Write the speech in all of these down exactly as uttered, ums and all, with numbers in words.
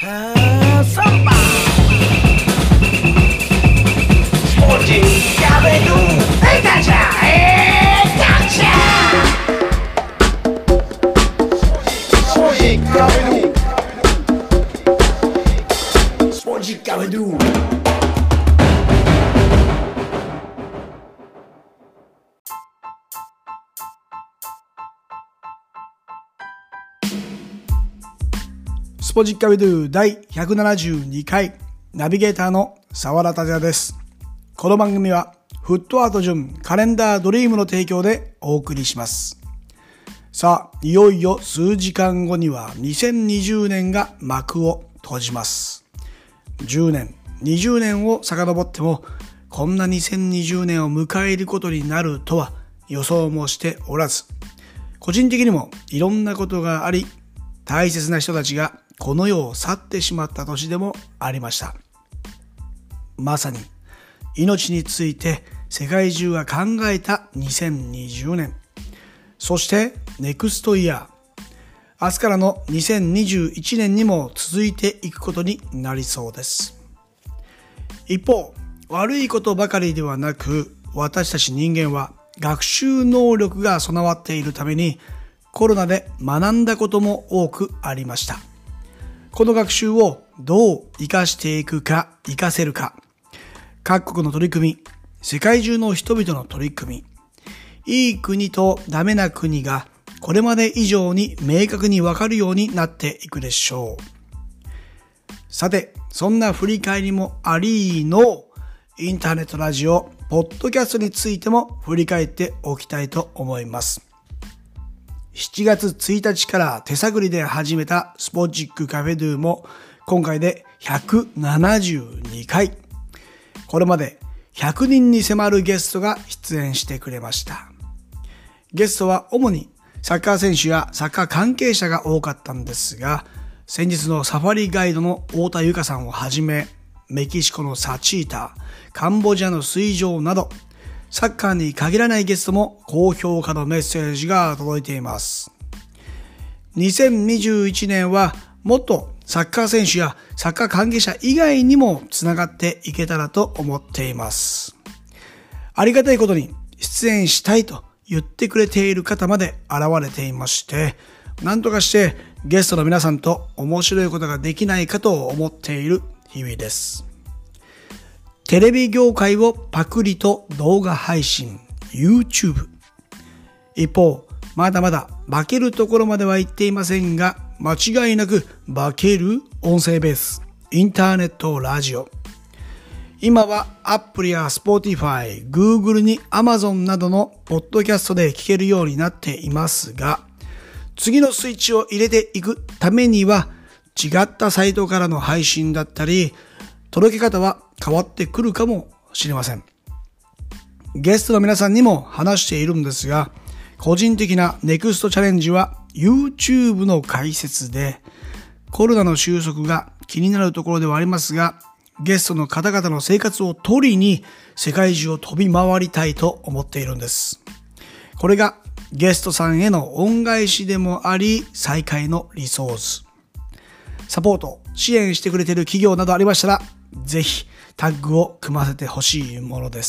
Samba Sporty Cabelo Hey Gotcha Hey Gotcha Sporty Cabelo Sporty Cabeloスポジッカビドゥだいひゃくななじゅうにかいナビゲーターの澤田達也です。この番組はフットアート順カレンダードリームの提供でお送りします。さあ、いよいよ数時間後にはにせんにじゅうねんが幕を閉じます。じゅうねん、にじゅうねんを遡ってもこんなにせんにじゅうねんを迎えることになるとは予想もしておらず、個人的にもいろんなことがあり、大切な人たちがこの世を去ってしまった年でもありました。まさに命について世界中が考えたにせんにじゅうねん。そしてネクストイヤー。明日からのにせんにじゅういちねんにも続いていくことになりそうです。一方、悪いことばかりではなく、私たち人間は学習能力が備わっているためにコロナで学んだことも多くありました。この学習をどう活かしていくか、活かせるか。各国の取り組み、世界中の人々の取り組み。いい国とダメな国がこれまで以上に明確にわかるようになっていくでしょう。さて、そんな振り返りもありのインターネットラジオ、ポッドキャストについても振り返っておきたいと思います。しちがつついたちから手探りで始めたスポジックカフェドゥも今回でひゃくななじゅうにかい。これまでひゃくにんに迫るゲストが出演してくれました。ゲストは主にサッカー選手やサッカー関係者が多かったんですが、先日のサファリガイドの太田由香さんをはじめ、メキシコのサチータ、カンボジアの水上など、サッカーに限らないゲストも高評価のメッセージが届いています。にせんにじゅういちねんはもっとサッカー選手やサッカー関係者以外にもつながっていけたらと思っています。ありがたいことに出演したいと言ってくれている方まで現れていまして、何とかしてゲストの皆さんと面白いことができないかと思っている日々です。テレビ業界をパクリと動画配信、YouTube。一方、まだまだ化けるところまでは言っていませんが、間違いなく化ける音声ベース、インターネットラジオ。今は Apple や Spotify、Google に Amazon などのポッドキャストで聞けるようになっていますが、次のスイッチを入れていくためには、違ったサイトからの配信だったり、届け方は変わってくるかもしれません。ゲストの皆さんにも話しているんですが、個人的なネクストチャレンジは YouTube の解説で、コロナの収束が気になるところではありますが、ゲストの方々の生活を取りに世界中を飛び回りたいと思っているんです。これがゲストさんへの恩返しでもあり、再開のリソース。サポート、支援してくれている企業などありましたら、ぜひタッグを組ませてほしいものです。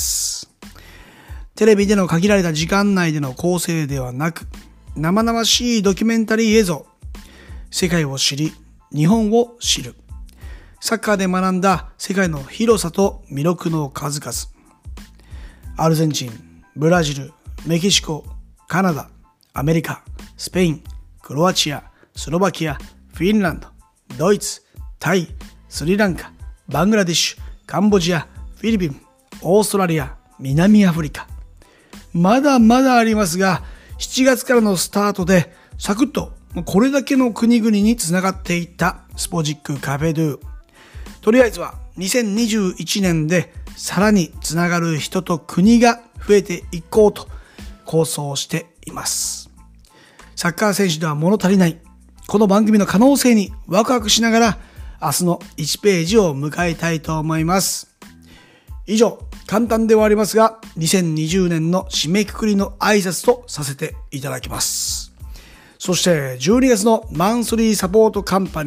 テレビでの限られた時間内での構成ではなく、生々しいドキュメンタリー映像、世界を知り、日本を知る。サッカーで学んだ世界の広さと魅力の数々。アルゼンチン、ブラジル、メキシコ、カナダ、アメリカ、スペイン、クロアチア、スロバキア、フィンランド、ドイツ、タイ、スリランカ、バングラディッシュ、カンボジア、フィリピン、オーストラリア、南アフリカ。まだまだありますが、しちがつからのスタートでサクッとこれだけの国々につながっていったスポジックカフェドゥ。とりあえずはにせんにじゅういちねんでさらにつながる人と国が増えていこうと構想しています。サッカー選手では物足りない。この番組の可能性にワクワクしながら明日のいちページを迎えたいと思います。以上、簡単ではありますが、にせんにじゅうねんの締めくくりの挨拶とさせていただきます。そしてじゅうにがつのマンスリーサポートカンパニー、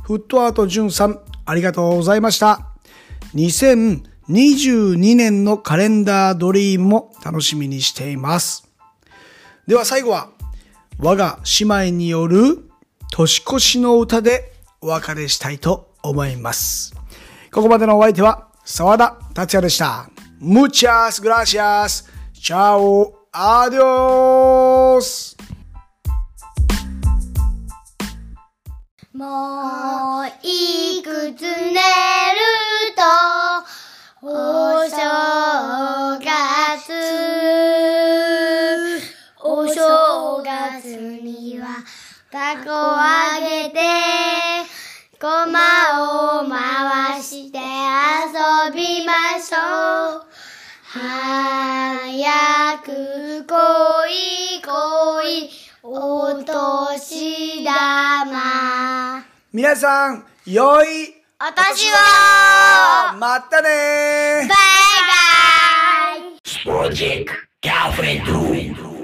フットアートじゅんさん、ありがとうございました。にせんにじゅうにねんのカレンダードリームも楽しみにしています。では最後は、我が姉妹による年越しの歌でお別れしたいと思います。ここまでのお相手は澤田達也でした。Muchas gracias. Chao. Adios. もういくつ寝るとお正月お正月には凧をあげてこまを回して遊びましょう。早く来い来いお年玉。 皆さん、良いお年を。 またねー。 バイバイ。 Project Girlfriend.